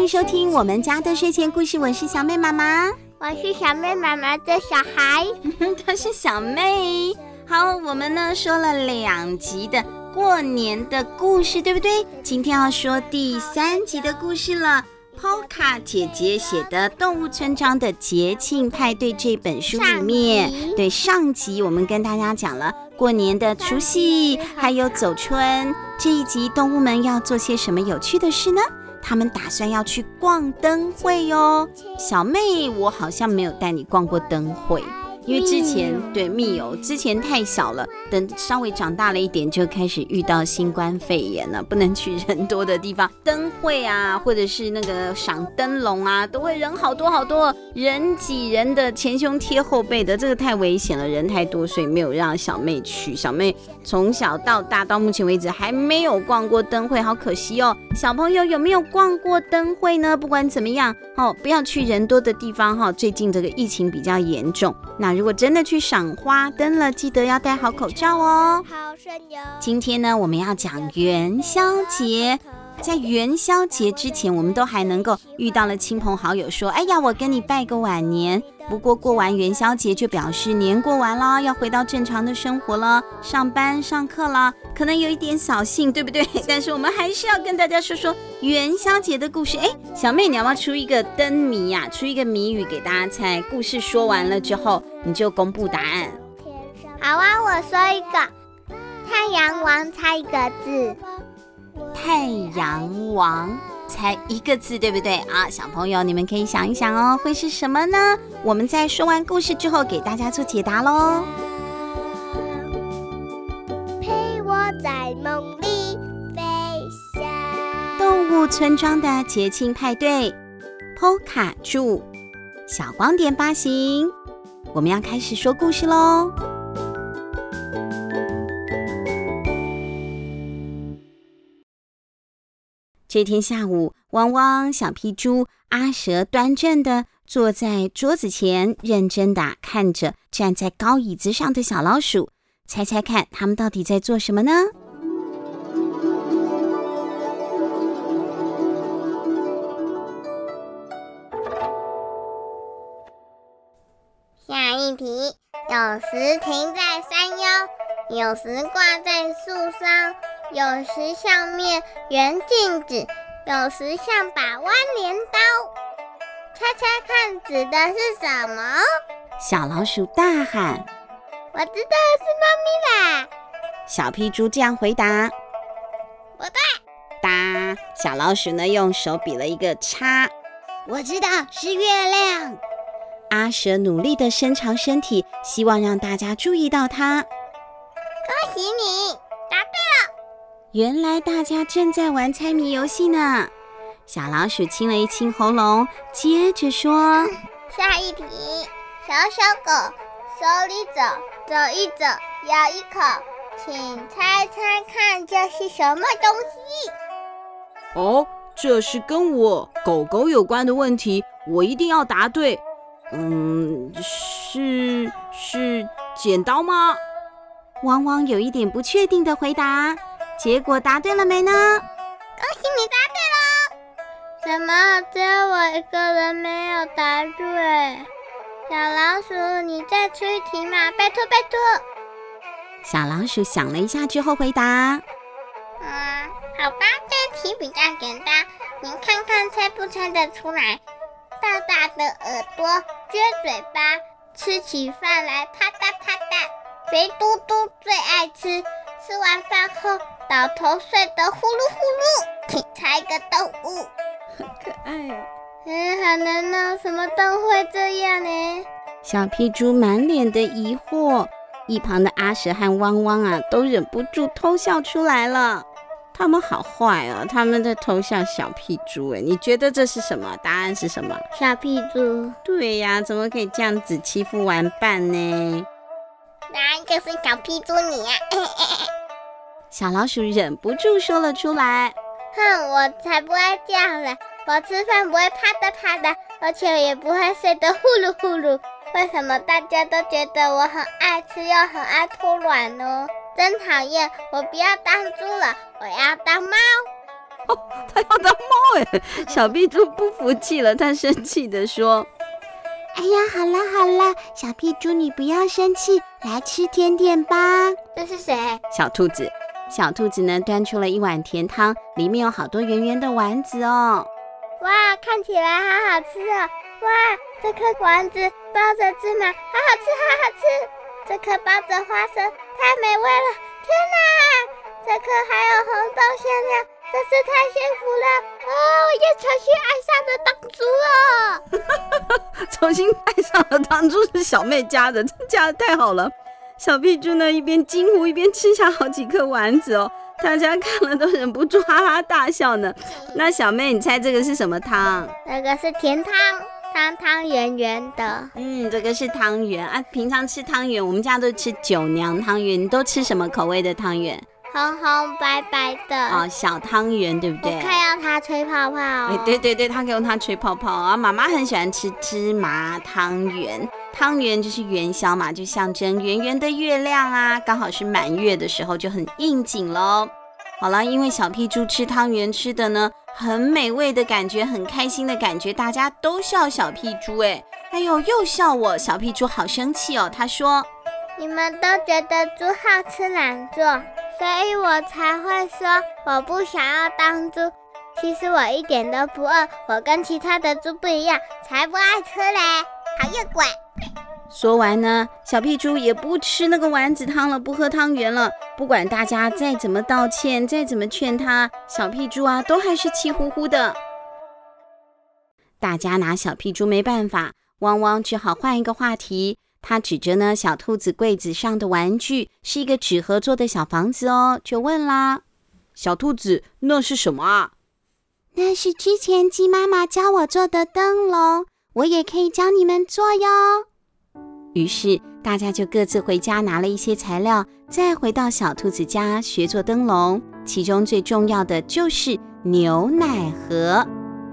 迎收听我们家的睡前故事，我是小妹妈妈。 我是小妹妈妈的小孩。 她是小妹。好，我们呢说了2集的过年的故事，对不对？今天要说第3集的故事了。Polka 姐姐写的《动物村庄的节庆派对》这本书里面，对，上集我们跟大家讲了过年的除夕，还有走春。这一集动物们要做些什么有趣的事呢？他们打算要去逛灯会哦。小妹，我好像没有带你逛过灯会。因为之前对密友之前太小了，等稍微长大了一点就开始遇到新冠肺炎了，不能去人多的地方。灯会啊，或者是那个赏灯笼啊，都会人好多好多，人挤人的，前胸贴后背的，这个太危险了，人太多，所以没有让小妹去。小妹从小到大到目前为止还没有逛过灯会，好可惜哦。小朋友有没有逛过灯会呢？不管怎么样，不要去人多的地方，最近这个疫情比较严重。那如果真的去赏花灯了，记得要戴好口罩哦。今天呢，我们要讲元宵节。在元宵节之前，我们都还能够遇到了亲朋好友说，哎呀，我跟你拜个晚年。不过过完元宵节就表示年过完了，要回到正常的生活了，上班上课了，可能有一点扫兴，对不对？但是我们还是要跟大家说说元宵节的故事。小妹，你要不要出一个灯谜啊？出一个谜语给大家猜。故事说完了之后，你就公布答案。 好啊，我说一个，太阳王猜一个字。 太阳王猜一个字，对不对啊？小朋友，你们可以想一想哦，会是什么呢？我们在说完故事之后给大家做解答咯。 陪我在梦里飞翔。 动物村庄的节庆派对， Polka 著，小光点发行。我们要开始说故事咯。这天下午，汪汪、小屁猪、阿蛇端正地坐在桌子前，认真地看着站在高椅子上的小老鼠。猜猜看，他们到底在做什么呢？ 下一题，有时停在山腰，有时挂在树上，有时像面圆镜子，有时像把弯镰刀。猜猜看指的是什么？ 小老鼠大喊。 我知道是猫咪啦。 小屁猪这样回答。 不对。 答，小老鼠呢用手比了一个叉。 我知道是月亮。 阿蛇努力地伸长身体，希望让大家注意到它。 恭喜你，答对了。 原来大家正在玩猜谜游戏呢。小老鼠清了一清喉咙，接着说， 下一题，小小狗手里走一走，咬一口，请猜猜看这是什么东西？ 哦，这是跟我狗狗有关的问题，我一定要答对。是剪刀吗？ 汪汪有一点不确定的回答，结果答对了没呢？ 恭喜你答对了！怎么只有我一个人没有答对？小老鼠，你再出一题嘛，拜托拜托。 小老鼠想了一下之后回答， 好吧，这题比较简单，您看看猜不猜得出来？大大的耳朵，撅嘴巴，吃起饭来啪嗒啪嗒，肥嘟嘟最爱吃，吃完饭后倒头睡得呼噜呼噜。请猜一个动物。 好可爱哦。 好难哦，什么动物会这样呢？ 小屁猪满脸的疑惑，一旁的阿蛇和汪汪啊都忍不住偷笑出来了。他们好坏哦，他们在偷笑小屁猪。你觉得这是什么？答案是什么？ 小屁猪。 对呀，怎么可以这样子欺负玩伴呢？ 答案就是小屁猪你呀。 小老鼠忍不住说了出来。 我才不爱这样嘞！我吃饭不会啪嗒啪嗒，而且也不会睡得呼噜呼噜。为什么大家都觉得我很爱吃又很爱偷懒呢？真讨厌！我不要当猪了，我要当猫。 他要当猫哎！小屁猪不服气了，他生气地说：“ 哎呀，好了好了，小屁猪你不要生气，来吃甜点吧。” 这是谁？ 小兔子。小兔子呢，端出了一碗甜汤，里面有好多圆圆的丸子哦。 哇，看起来好好吃哦！哇，这颗丸子包着芝麻，好好吃，好好吃！这颗包着花生，太美味了！天哪，这颗还有红豆馅料，真是太幸福了！我也重新爱上了当猪了。 重新爱上了当猪是小妹加的，这加的太好了。小屁猪呢，一边惊呼一边吃下好几颗丸子哦，大家看了都忍不住哈哈大笑呢。那小妹，你猜这个是什么汤？ 这个是甜汤，汤圆圆的。 这个是汤圆啊。平常吃汤圆，我们家都吃九娘汤圆，你都吃什么口味的汤圆？ 红红白白的哦，小汤圆对不对？ 我看要它吹泡泡哦。 对对对，他可以用它吹泡泡啊。妈妈很喜欢吃芝麻汤圆，汤圆就是元宵嘛，就象征圆圆的月亮啊，刚好是满月的时候就很应景咯。好了，因为小屁猪吃汤圆吃的呢很美味的感觉，很开心的感觉，大家都笑小屁猪哎呦又笑我，小屁猪好生气哦。他说：“ 你们都觉得猪好吃懒做，所以我才会说我不想要当猪。其实我一点都不饿，我跟其他的猪不一样，才不爱吃嘞！讨厌鬼！” 说完呢，小屁猪也不吃那个丸子汤了，不喝汤圆了。不管大家再怎么道歉，再怎么劝他，小屁猪啊，都还是气呼呼的。大家拿小屁猪没办法，汪汪只好换一个话题。他指着呢小兔子柜子上的玩具，是一个纸盒做的小房子哦，就问啦：“ 小兔子，那是什么啊？”“ 那是之前鸡妈妈教我做的灯笼，我也可以教你们做哟。” 于是大家就各自回家拿了一些材料，再回到小兔子家学做灯笼。其中最重要的就是牛奶盒。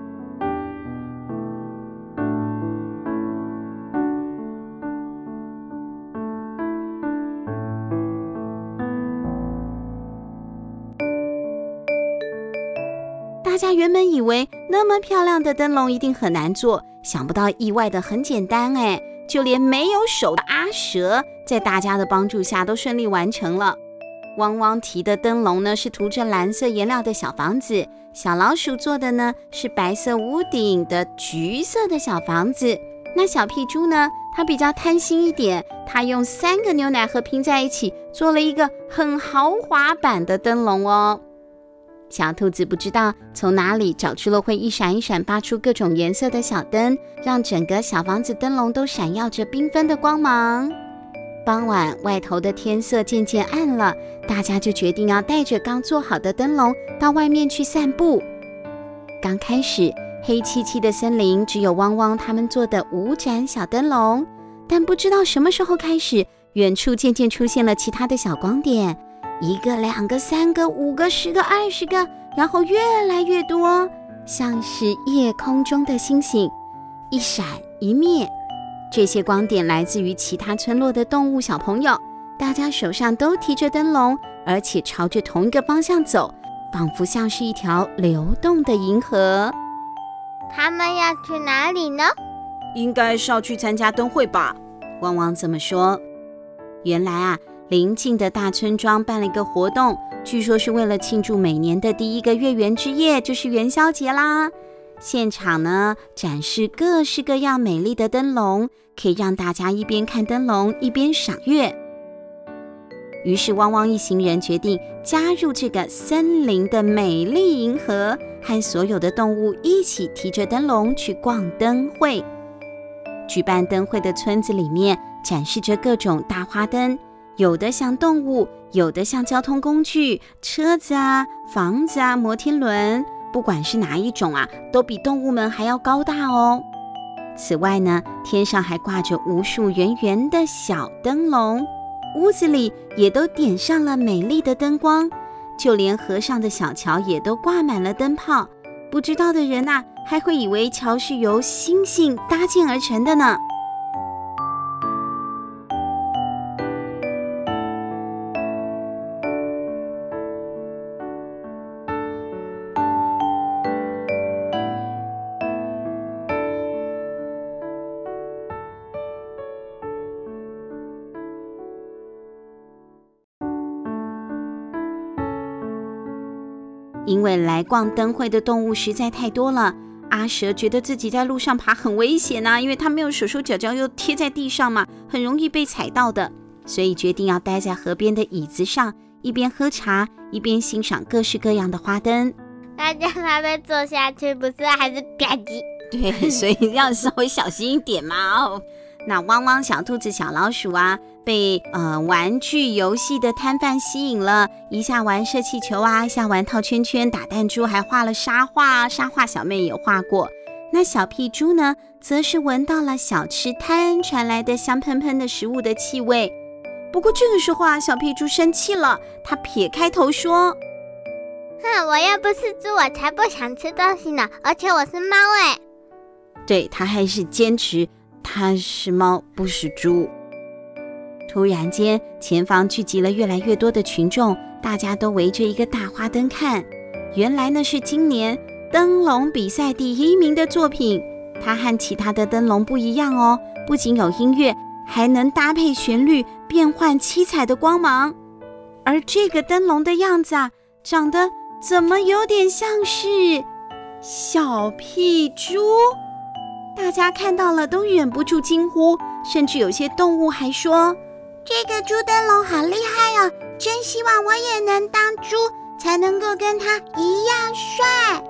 大家原本以为那么漂亮的灯笼一定很难做，想不到意外的很简单哎，就连没有手的阿蛇在大家的帮助下都顺利完成了。汪汪提的灯笼呢是涂着蓝色颜料的小房子，小老鼠做的呢是白色屋顶的橘色的小房子。那小屁猪呢，它比较贪心一点，它用3个牛奶盒拼在一起，做了一个很豪华版的灯笼哦。小兔子不知道从哪里找出了会一闪一闪发出各种颜色的小灯，让整个小房子灯笼都闪耀着缤纷的光芒。傍晚，外头的天色渐渐暗了，大家就决定要带着刚做好的灯笼到外面去散步。刚开始，黑漆漆的森林只有汪汪他们做的5盏小灯笼，但不知道什么时候开始，远处渐渐出现了其他的小光点，1个、2个、3个、5个、10个、20个，然后越来越多，像是夜空中的星星，一闪一灭。这些光点来自于其他村落的动物小朋友，大家手上都提着灯笼，而且朝着同一个方向走，仿佛像是一条流动的银河。 他们要去哪里呢？ 应该是要去参加灯会吧？ 汪汪这么说。原来啊，邻近的大村庄办了一个活动，据说是为了庆祝每年的第1个月圆之夜，就是元宵节啦。现场呢展示各式各样美丽的灯笼，可以让大家一边看灯笼一边赏月。于是汪汪一行人决定加入这个森林的美丽银河，和所有的动物一起提着灯笼去逛灯会。举办灯会的村子里面展示着各种大花灯，有的像动物，有的像交通工具，车子啊、房子啊、摩天轮，不管是哪一种啊，都比动物们还要高大哦。此外呢，天上还挂着无数圆圆的小灯笼，屋子里也都点上了美丽的灯光，就连河上的小桥也都挂满了灯泡。不知道的人啊，还会以为桥是由星星搭建而成的呢。 因为来逛灯会的动物实在太多了，阿蛇觉得自己在路上爬很危险啊，因为他没有手手脚脚又贴在地上嘛，很容易被踩到的，所以决定要待在河边的椅子上，一边喝茶一边欣赏各式各样的花灯。 大家还没坐下去，不是还是吧唧？ 对，所以要稍微小心一点嘛。那汪汪小兔子小老鼠啊，被玩具游戏的摊贩吸引了，一下玩射气球啊，一下玩套圈圈打弹珠，还画了沙画，沙画小妹也画过。那小屁猪呢，则是闻到了小吃摊传来的香喷喷的食物的气味。不过这个时候啊，小屁猪生气了，他撇开头说： 哼，我又不是猪，我才不想吃东西呢，而且我是猫哎。 对，他还是坚持他是猫不是猪。突然间，前方聚集了越来越多的群众，大家都围着一个大花灯看。原来呢是今年灯笼比赛第1名的作品，它和其他的灯笼不一样哦，不仅有音乐，还能搭配旋律变换七彩的光芒。而这个灯笼的样子啊，长得怎么有点像是小屁猪？大家看到了都忍不住惊呼，甚至有些动物还说： 这个猪灯笼好厉害哦，真希望我也能当猪，才能够跟它一样帅。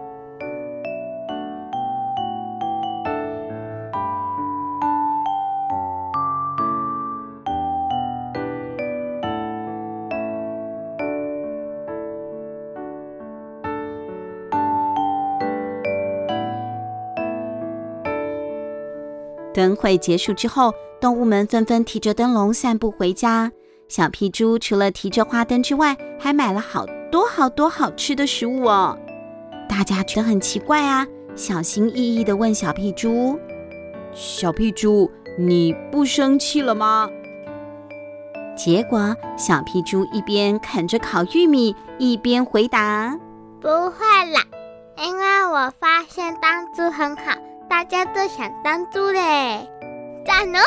灯会结束之后，动物们纷纷提着灯笼散步回家。小屁猪除了提着花灯之外，还买了好多好多好吃的食物哦。大家觉得很奇怪啊，小心翼翼地问小屁猪：小屁猪，你不生气了吗？结果小屁猪一边啃着烤玉米，一边回答： 不会啦，因为我发现当猪很好，大家都想当猪嘞，赞哦！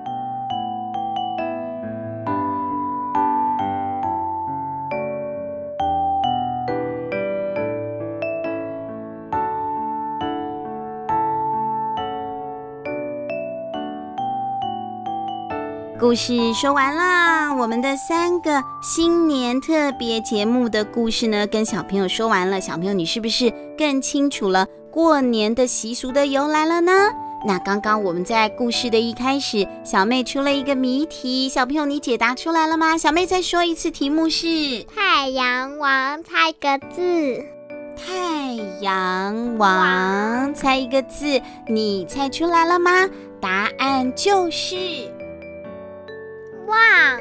故事说完啦，我们的3个新年特别节目的故事呢，跟小朋友说完了。小朋友，你是不是更清楚了过年的习俗的由来了呢？那刚刚我们在故事的一开始，小妹出了一个谜题，小朋友你解答出来了吗？小妹再说一次，题目是太阳王，猜个字。 太阳王，猜一个字，你猜出来了吗？答案就是旺。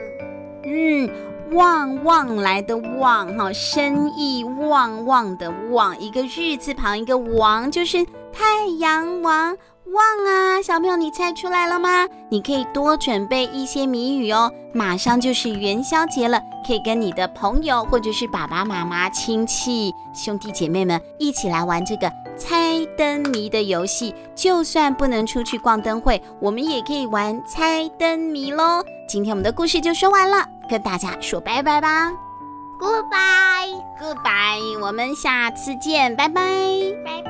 旺旺来的旺哈，生意旺旺的旺，一个日字旁一个王，就是太阳王。旺啊，小朋友你猜出来了吗？你可以多准备一些谜语哦，马上就是元宵节了，可以跟你的朋友或者是爸爸妈妈、亲戚、兄弟姐妹们一起来玩这个猜灯谜的游戏。就算不能出去逛灯会，我们也可以玩猜灯谜咯。今天我们的故事就说完了，跟大家说拜拜吧。 Goodbye， 我们下次见，拜拜。 拜拜。